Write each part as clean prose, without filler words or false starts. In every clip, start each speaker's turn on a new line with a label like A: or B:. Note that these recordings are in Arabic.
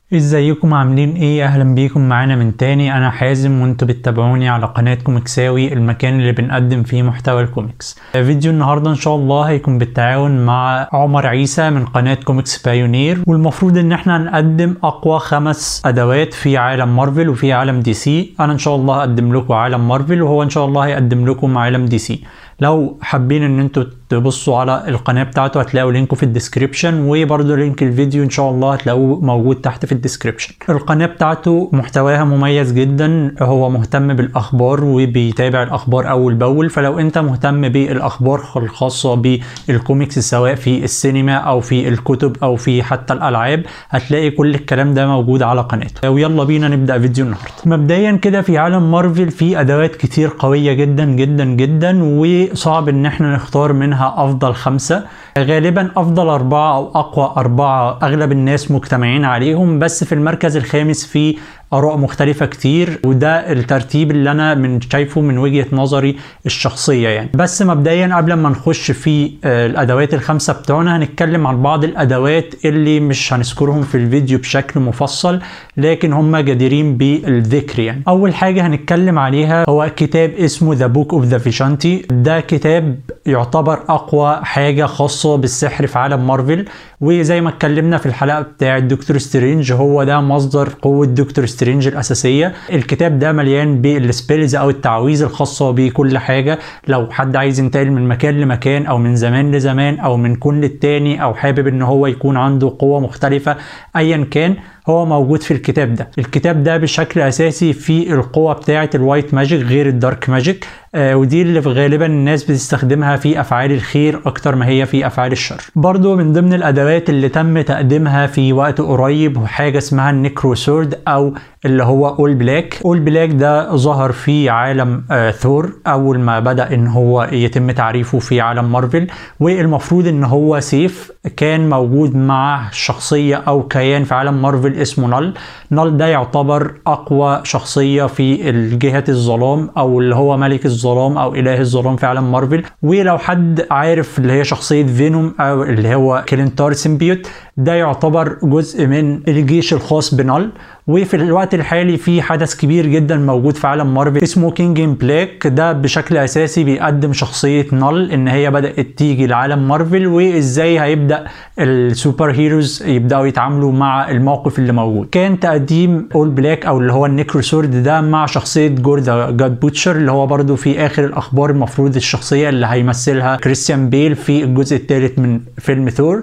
A: ازيكم عاملين ايه؟ اهلا بيكم معانا من تاني. انا حازم وانتوا بتتابعوني على قناة كوميكساوي، المكان اللي بنقدم فيه محتوى الكوميكس. فيديو النهاردة ان شاء الله هيكون بالتعاون مع عمر عيسى من قناة كوميكس بايونير، والمفروض ان احنا هنقدم اقوى 5 ادوات في عالم مارفل وفي عالم دي سي. انا ان شاء الله هقدم لكم عالم مارفل وهو ان شاء الله هيقدم لكم عالم دي سي. لو حابين ان انتوا تبصوا على القناة بتاعته هتلاقوا لينكه في الديسكريبشن، وبرضه لينك الفيديو ان شاء الله هتلاقوه موجود تحت في الديسكريبشن. القناة بتاعته محتواها مميز جدا، هو مهتم بالاخبار وبيتابع الاخبار اول باول. فلو انت مهتم بالاخبار الخاصة بالكوميكس سواء في السينما او في الكتب او في حتى الالعاب، هتلاقي كل الكلام ده موجود على قناته. ويلا بينا نبدأ فيديو النهاردة. مبدئيا كده في عالم مارفل في ادوات كتير قوية جدا جدا جدا، وصعب ان احنا نختار منها افضل 5. غالبا افضل 4 او اقوى 4 اغلب الناس مجتمعين عليهم، بس في المركز الخامس في اراء مختلفة كتير، وده الترتيب اللي انا شايفه من وجهة نظري الشخصية يعني. بس مبدئيا قبل ما نخش في الادوات ال5 بتوعنا، هنتكلم عن بعض الادوات اللي مش هنذكرهم في الفيديو بشكل مفصل، لكن هم جديرين بالذكر يعني. اول حاجة هنتكلم عليها هو كتاب اسمه ذا بوك اوف ذا فيشانتي. ده كتاب يعتبر اقوى حاجة خاصة بالسحر في عالم مارفل، وزي ما اتكلمنا في الحلقة بتاعة دكتور سترينج، هو ده مصدر قوة دكتور سترينج الأساسية. الكتاب ده مليان بالسبيلز أو التعويذ الخاصة بكل حاجة. لو حد عايز ينتقل من مكان لمكان أو من زمان لزمان أو من كون للتاني، أو حابب إن هو يكون عنده قوة مختلفة أيا كان، هو موجود في الكتاب ده. الكتاب ده بشكل أساسي في القوة بتاعة الوايت ماجيك غير الدارك ماجيك، ودي اللي غالبا الناس بتستخدمها في أفعال الخير أكتر ما هي في أفعال الشر. برضو من ضمن الأدوات اللي تم تقديمها في وقت قريب حاجة اسمها النيكرو سورد، أو اللي هو أول بلاك. أول بلاك ده ظهر في عالم ثور أول ما بدأ إن هو يتم تعريفه في عالم مارفل، والمفروض إن هو سيف كان موجود مع شخصية أو كيان في عالم مارفل اسمه نال. نال ده يعتبر أقوى شخصية في الجهة الظلام، أو اللي هو ملك الظلام أو إله الظلام في عالم مارفل. ولو حد عارف اللي هي شخصية فينوم أو اللي هو كلينتار سيمبيوت، ده يعتبر جزء من الجيش الخاص بنال. وفي الوقت الحالي في حدث كبير جدا موجود في عالم مارفل اسمه كينج ان بلاك. ده بشكل اساسي بيقدم شخصية نال ان هي بدأت تيجي لعالم مارفل، وازاي هيبدأ السوبر هيروز يبدأوا يتعاملوا مع الموقف اللي موجود. كان تقديم اول بلاك او اللي هو النيكرو سورد ده مع شخصية جور ذا جاد بوتشر، اللي هو برضو في اخر الاخبار المفروض الشخصية اللي هيمثلها كريستيان بيل في الجزء الثالث من فيلم ثور.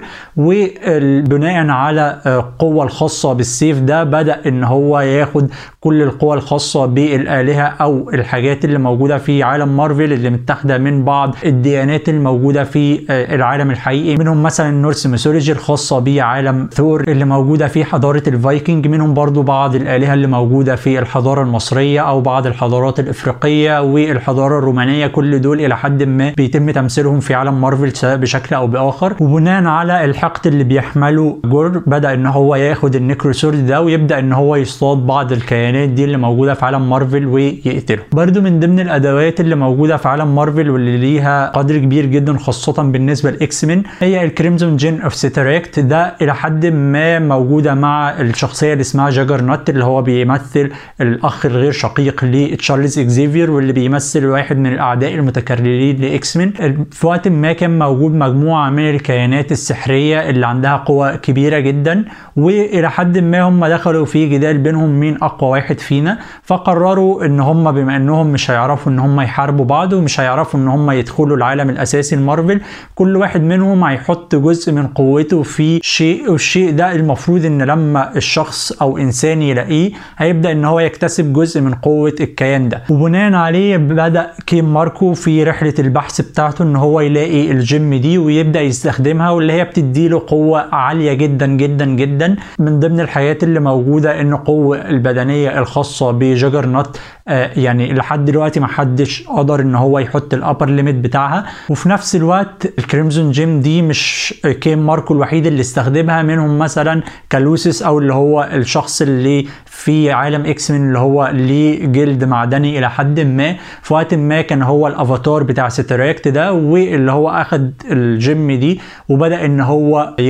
A: وبناء على القوة الخاصة بالسيف ده، بدأ ان هو ياخد كل القوى الخاصة بالآلهة او الحاجات اللي موجودة في عالم مارفل اللي متاخدة من بعض الديانات الموجودة في العالم الحقيقي. منهم مثلا النورس ميثولوجي الخاصة بعالم ثور اللي موجودة في حضارة الفايكنج، منهم برضو بعض الآلهة اللي موجودة في الحضارة المصرية او بعض الحضارات الافريقية والحضارة الرومانية. كل دول الى حد ما بيتم تمثيلهم في عالم مارفل سواء بشكل او باخر. وبناء على الحقد اللي بيحمله جور، بدأ ان هو ياخد النيكرو سورد ده ويبدأ ان هو يصطاد بعض الكيانات دي اللي موجودة في عالم مارفل ويقتلهم. برضو من ضمن الادوات اللي موجودة في عالم مارفل واللي ليها قدر كبير جدا خاصة بالنسبة لإكس مين، هي الكريمزون جين اوف سيتراكت. ده الى حد ما موجودة مع الشخصية اللي اسمها جاجرنوت، اللي هو بيمثل الاخ الغير شقيق لتشارلز اكزيفير، واللي بيمثل واحد من الاعداء المتكررين لإكس مين. في وقت ما كان موجود مجموعة من الكيانات السحرية اللي عندها قوة كبيرة جدا، والى حد ما هم دخلوا في جدال بينهم مين اقوى واحد فينا. فقرروا ان هم بما انهم مش هيعرفوا ان هم يحاربوا بعض ومش هيعرفوا ان هم يدخلوا العالم الاساسي المارفل، كل واحد منهم هيحط جزء من قوته في شيء، والشيء ده المفروض ان لما الشخص او انسان يلاقيه هيبدأ ان هو يكتسب جزء من قوة الكيان ده. وبناء عليه بدأ كيم ماركو في رحلة البحث بتاعته ان هو يلاقي الجيم دي ويبدأ يستخدمها، واللي هي بتديله قوة عالية جدا جدا جدا. من ضمن الحاجات اللي موجودة ان القوة البدنية الخاصة بجاجرنوت يعني لحد دلوقتي ما حدش قدر ان هو يحط الابر ليميت بتاعها. وفي نفس الوقت الكريمزون جيم دي مش كيم ماركو الوحيد اللي استخدمها، منهم مثلا كالوسيس او اللي هو الشخص اللي في عالم اكس مين اللي هو ليه جلد معدني الى حد ما. في وقت ما كان هو الافاتار بتاع ستراكت ده، واللي هو اخد الجيم دي وبدأ ان هو يكتسب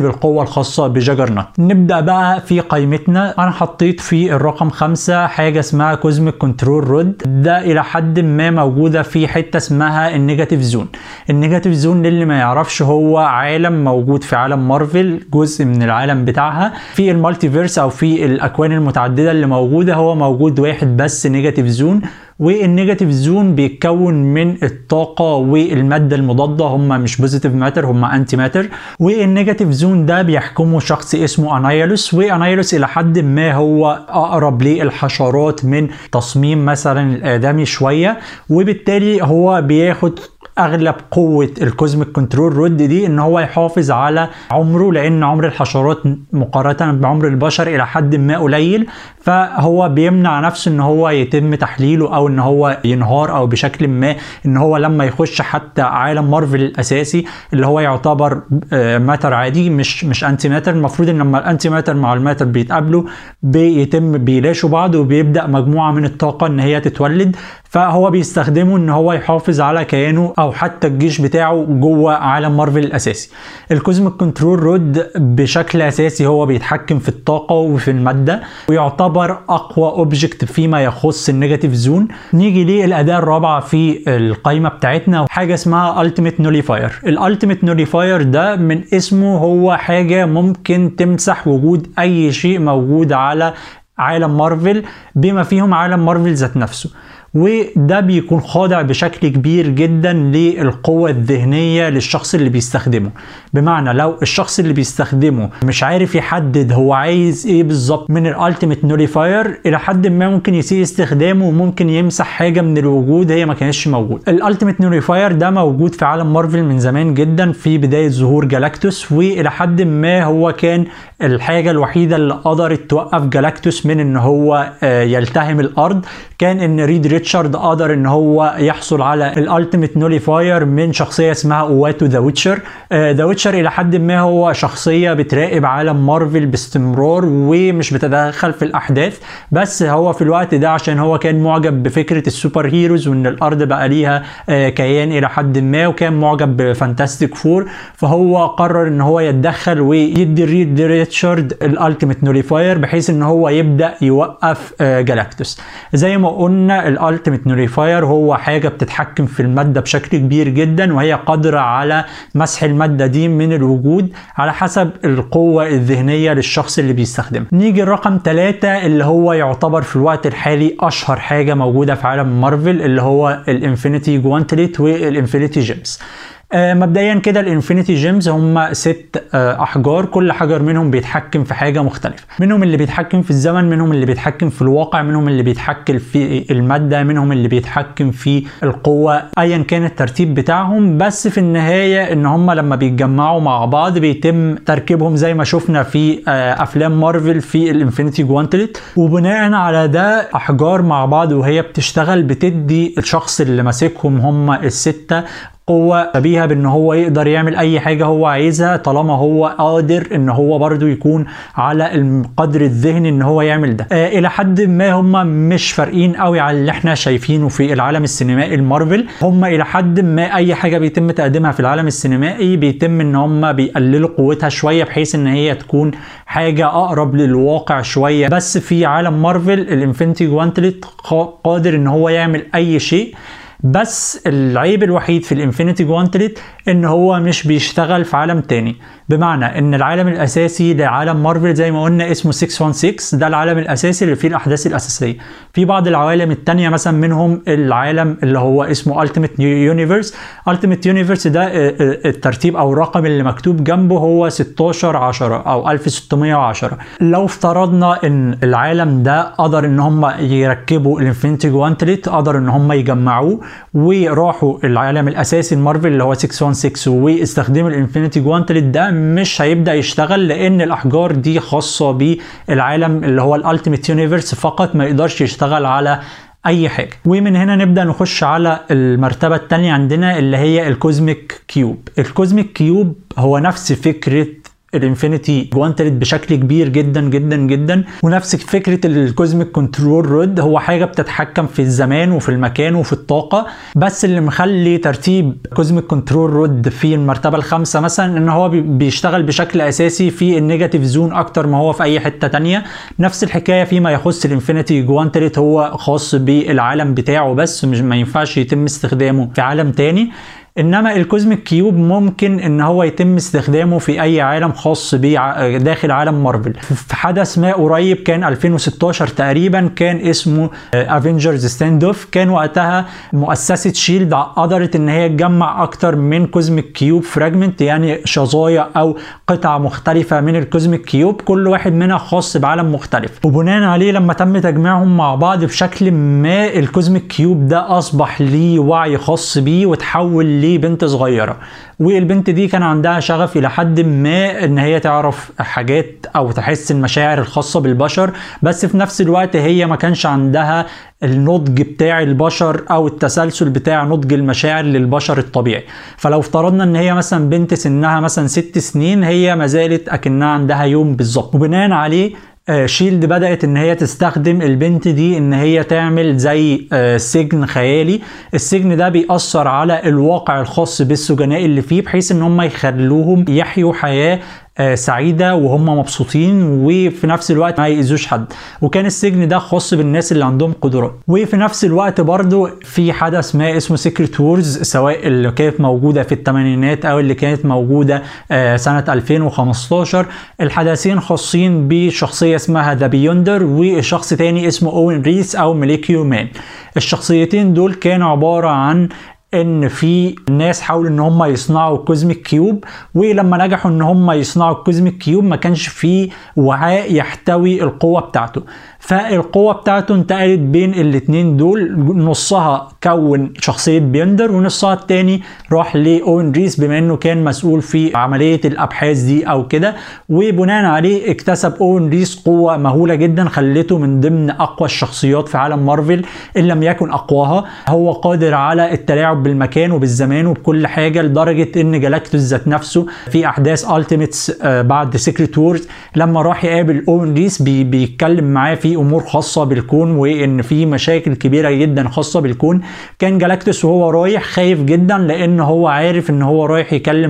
A: بالقوة الخاصة بجاجرنوت. نبدأ بقى في قائمتنا. أنا حطيت في الرقم 5 حاجة اسمها كوزميك كنترول رود. ده إلى حد ما موجودة في حتة اسمها النيجاتيف زون. النيجاتيف زون للي ما يعرفش هو عالم موجود في عالم مارفل، جزء من العالم بتاعها في المالتيفيرس أو في الأكوان المتعددة اللي موجودة. هو موجود واحد بس نيجاتيف زون، والنيجاتيف زون بيتكون من الطاقة والمادة المضادة، هم مش بوزيتيف ماتر، هم انتي ماتر. والنيجاتيف زون ده بيحكمه شخص اسمه انايلوس، وانايلوس الى حد ما هو اقرب للحشرات من تصميم مثلا الادمي شوية، وبالتالي هو بياخد اغلب قوة الكوزميك كنترول رود دي ان هو يحافظ على عمره، لان عمر الحشرات مقارنة بعمر البشر الى حد ما قليل، فهو بيمنع نفسه ان هو يتم تحليله او ان هو ينهار او بشكل ما ان هو لما يخش حتى عالم مارفل الاساسي اللي هو يعتبر ماتر عادي مش انتي ماتر. المفروض ان لما الانتي ماتر مع الماتر بيتقابلوا بيلاشوا بعض وبيبدأ مجموعة من الطاقة ان هي تتولد، فهو بيستخدمه ان هو يحافظ على كيانه او حتى الجيش بتاعه جوه عالم مارفل الاساسي. الكوزميك كنترول رود بشكل اساسي هو بيتحكم في الطاقة وفي المادة، ويعتبر اقوى اوبجكت فيما يخص النيجاتيف زون. نيجي للاداة الرابعة في القائمة بتاعتنا، حاجة اسمها التيميت نوليفاير. الالتيميت نوليفاير ده من اسمه هو حاجة ممكن تمسح وجود اي شيء موجود على عالم مارفل بما فيهم عالم مارفل ذات نفسه، وده بيكون خاضع بشكل كبير جدا للقوة الذهنية للشخص اللي بيستخدمه. بمعنى لو الشخص اللي بيستخدمه مش عارف يحدد هو عايز ايه بالظبط من الالتيميت نوليفاير، الى حد ما ممكن يسيء استخدامه وممكن يمسح حاجة من الوجود هي ما كانتش موجود. الالتيميت نوليفاير ده موجود في عالم مارفل من زمان جدا في بداية ظهور جالاكتوس، والى حد ما هو كان الحاجة الوحيدة اللي قدرت توقف جالاكتوس من ان هو يلتهم الارض. كان ان ريد ريتشارد قدر ان هو يحصل على الالتيميت نوليفاير من شخصيه اسمها اواتو ذا ويتشر. ذا ويتشر الى حد ما هو شخصيه بتراقب عالم مارفل باستمرار ومش بتتدخل في الاحداث، بس هو في الوقت ده عشان هو كان معجب بفكره السوبر هيروز وان الارض بقى ليها كيان الى حد ما، وكان معجب بفانتاستيك فور، فهو قرر ان هو يتدخل ويدي ريد ريتشارد الالتيميت نوليفاير بحيث ان هو يبدا يوقف جالاكتوس. زي ما قلنا الالتيميت نوليفاير هو حاجه بتتحكم في الماده بشكل كبير جدا، وهي قادره على مسح الماده دي من الوجود على حسب القوه الذهنيه للشخص اللي بيستخدمها. نيجي الرقم 3 اللي هو يعتبر في الوقت الحالي اشهر حاجه موجوده في عالم مارفل، اللي هو الانفينيتي جوانتليت والانفينيتي جيمز. مبدئيا كده الانفينيتي جيمز هم 6 احجار، كل حجر منهم بيتحكم في حاجه مختلفه، منهم اللي بيتحكم في الزمن، منهم اللي بيتحكم في الواقع، منهم اللي بيتحكم في الماده، منهم اللي بيتحكم في القوه، ايا كان الترتيب بتاعهم. بس في النهايه ان هم لما بيتجمعوا مع بعض بيتم تركيبهم زي ما شفنا في افلام مارفل في الانفينيتي جوانتليت، وبناء على ده احجار مع بعض وهي بتشتغل بتدي الشخص اللي ماسكهم هم ال6 قوة شبيهة بان هو يقدر يعمل اي حاجة هو عايزها طالما هو قادر ان هو برضو يكون على القدر الذهني ان هو يعمل ده. الى حد ما هم مش فارقين قوي على اللي احنا شايفينه في العالم السينمائي المارفل، هم الى حد ما اي حاجة بيتم تقديمها في العالم السينمائي بيتم ان هم بيقللوا قوتها شوية بحيث ان هي تكون حاجة اقرب للواقع شوية. بس في عالم مارفل الانفينيتي جوانتليت قادر ان هو يعمل اي شيء، بس العيب الوحيد في الانفينيتي جوانتليت ان هو مش بيشتغل في عالم تاني. بمعنى ان العالم الاساسي لعالم مارفل زي ما قلنا اسمه 616، ده العالم الاساسي اللي فيه الاحداث الاساسيه. في بعض العوالم التانية مثلا منهم العالم اللي هو اسمه التيميت يونيفرس. التيميت يونيفرس ده الترتيب او الرقم اللي مكتوب جنبه هو 1610 او 1610. لو افترضنا ان العالم ده قدر ان هم يركبوا الانفينيتي جوانتليت، قدر ان هم يجمعوه وراحوا العالم الاساسي المارفل اللي هو 616 واستخدموا الانفينيتي جوانتليت، ده مش هيبدأ يشتغل لان الاحجار دي خاصة بالعالم اللي هو الالتيميت يونيفرس فقط، ما يقدرش يشتغل على اي حاجة. ومن هنا نبدأ نخش على المرتبة الثانية عندنا اللي هي الكوزميك كيوب. الكوزميك كيوب هو نفس فكرة الانفينيتي جوانتلت بشكل كبير جدا جدا جدا. ونفس فكره الكوزميك كنترول رود، هو حاجه بتتحكم في الزمان وفي المكان وفي الطاقه، بس اللي مخلي ترتيب كوزميك كنترول رود في المرتبه الخامسه مثلا ان هو بيشتغل بشكل اساسي في النيجاتيف زون اكتر ما هو في اي حته تانية. نفس الحكايه فيما يخص الانفينيتي جوانتلت، هو خاص بالعالم بتاعه بس، مش ما ينفعش يتم استخدامه في عالم تاني. انما الكوزميك كيوب ممكن ان هو يتم استخدامه في اي عالم خاص بيه داخل عالم مارفل. في حدث ما قريب كان 2016 تقريبا، كان اسمه افنجرز ستاند اوف، كان وقتها مؤسسه شيلد قدرت ان هي تجمع اكتر من كوزميك كيوب فراجمنت، يعني شظايا او قطع مختلفه من الكوزميك كيوب، كل واحد منها خاص بعالم مختلف. وبناء عليه لما تم تجميعهم مع بعض بشكل ما، الكوزميك كيوب ده اصبح ليه وعي خاص بيه وتحول بنت صغيرة. والبنت دي كان عندها شغف الى حد ما ان هي تعرف حاجات او تحس المشاعر الخاصة بالبشر، بس في نفس الوقت هي ما كانش عندها النضج بتاع البشر او التسلسل بتاع نضج المشاعر للبشر الطبيعي. فلو افترضنا ان هي مثلا بنت سنها مثلا 6 سنين، هي ما زالت اكنها عندها يوم بالظبط. وبناء عليه شيلد بدأت ان هي تستخدم البنت دي ان هي تعمل زي سجن خيالي. السجن ده بيأثر على الواقع الخاص بالسجناء اللي فيه، بحيث ان هم يخلوهم يحيوا حياة سعيدة وهم مبسوطين، وفي نفس الوقت ما يأذوش حد. وكان السجن ده خاص بالناس اللي عندهم قدرات. وفي نفس الوقت برضو في حدث ما اسمه سيكريت وورز، سواء اللي كانت موجودة في الثمانينات او اللي كانت موجودة سنة 2015. الحدثين خاصين بشخصية اسمها ذا بيوندر وشخص تاني اسمه اوين ريس او مليكيو مان. الشخصيتين دول كانوا عبارة عن ان في ناس حاولوا ان هم يصنعوا كوزميك كيوب، ولما نجحوا ان هم يصنعوا الكوزميك كيوب ما كانش فيه وعاء يحتوي القوة بتاعته، فالقوة بتاعته انتقلت بين الاتنين دول. نصها كون شخصية بيندر ونصها التاني راح لأوين ريس بما انه كان مسؤول في عملية الابحاث دي او كده. وبناء عليه اكتسب أوين ريس قوة مهولة جدا خلته من ضمن اقوى الشخصيات في عالم مارفل ان لم يكن اقواها. هو قادر على التلاعب بالمكان وبالزمان وبكل حاجة، لدرجة ان جالاكتوس ذات نفسه في احداث التيميتس بعد سيكريت وورز لما راح يقابل أوين ريس بيتكلم معاه في امور خاصة بالكون وان في مشاكل كبيرة جدا خاصة بالكون. كان جالاكتوس وهو رايح خايف جدا لان هو عارف ان هو رايح يكلم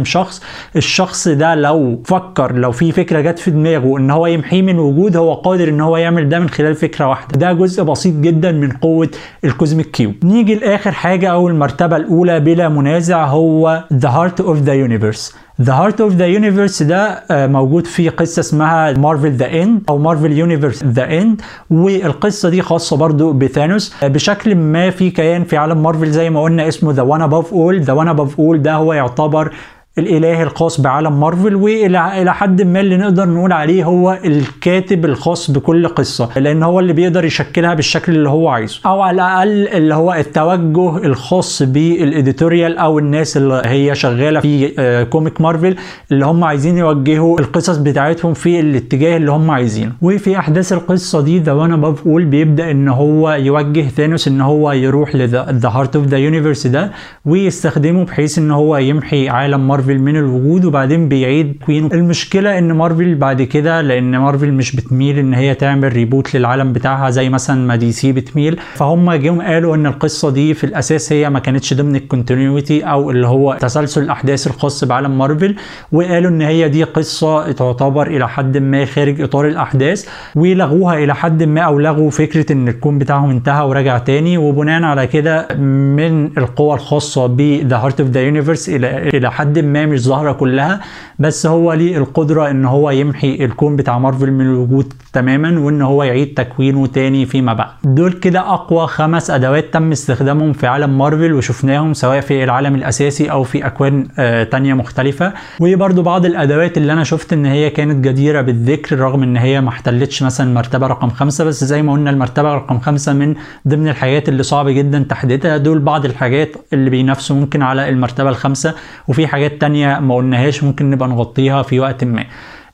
A: الشخص ده لو فكر، لو في فكرة جت في دماغه ان هو يمحيه من وجود، هو قادر ان هو يعمل ده من خلال فكرة واحدة. ده جزء بسيط جدا من قوة الكوزميك كيوب. نيجي لاخر حاجة او المرتبة الاولى بلا منازع، هو The Heart of the Universe. The Heart of the Universe ده موجود في قصة اسمها Marvel The End أو Marvel Universe The End، والقصة دي خاصة برضو بثانوس بشكل ما في كيان في عالم مارفل زي ما قلنا اسمه The One Above All. The One Above All ده هو يعتبر الاله الخاص بعالم مارفل، والى حد ما اللي نقدر نقول عليه هو الكاتب الخاص بكل قصه، لان هو اللي بيقدر يشكلها بالشكل اللي هو عايزه، او على الاقل اللي هو التوجه الخاص بالاديتوريال او الناس اللي هي شغاله في كوميك مارفل اللي هم عايزين يوجهوا القصص بتاعتهم في الاتجاه اللي هم عايزينه. وفي احداث القصه دي ذا وان اباف اول بيبدا ان هو يوجه ثانوس ان هو يروح لذا هارت اوف ذا يونيفرس ده ويستخدمه بحيث ان هو يمحي عالم مارفل من الوجود وبعدين بيعيد كوينه. المشكله ان مارفل بعد كده، لان مارفل مش بتميل ان هي تعمل ريبوت للعالم بتاعها زي مثلا ما دي سي بتميل، فهم جم قالوا ان القصه دي في الاساس هي ما كانتش ضمن الكونتينيوتي او اللي هو تسلسل الاحداث الخاص بعالم مارفل، وقالوا ان هي دي قصه تعتبر الى حد ما خارج اطار الاحداث، ولغوها الى حد ما او لغوا فكره ان الكون بتاعهم انتهى ورجع تاني. وبناء على كده من القوى الخاصه بذا هارت اوف ذا يونيفرس الى حد ما مش ظاهره كلها، بس هو ليه القدره ان هو يمحي الكون بتاع مارفل من الوجود تماما وان هو يعيد تكوينه تاني فيما بعد. دول كده اقوى 5 ادوات تم استخدامهم في عالم مارفل وشفناهم سواء في العالم الاساسي او في اكوان تانية مختلفه. وبرده بعض الادوات اللي انا شفت ان هي كانت جديره بالذكر رغم ان هي ما احتلتش مثلا مرتبه رقم 5، بس زي ما قلنا المرتبه رقم 5 من ضمن الحاجات اللي صعب جدا تحديدها. دول بعض الحاجات اللي بينافسوا ممكن على المرتبه ال5، وفي حاجات تانية ما قلناهاش ممكن نبقى نغطيها في وقت ما.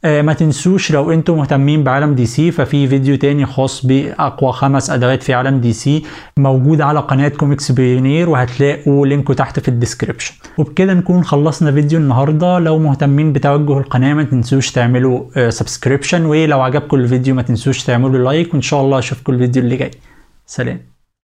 A: ما تنسوش لو انتم مهتمين بعالم دي سي ففي فيديو تاني خاص باقوى 5 ادوات في عالم دي سي موجود على قناة كوميكس بيونير، وهتلاقوا لينكه تحت في الديسكريبشن. وبكده نكون خلصنا فيديو النهارده. لو مهتمين بتوجه القناة ما تنسوش تعملوا سبسكريبشن، ولو عجبكم الفيديو ما تنسوش تعملوا لايك، وان شاء الله اشوفكم الفيديو اللي جاي. سلام.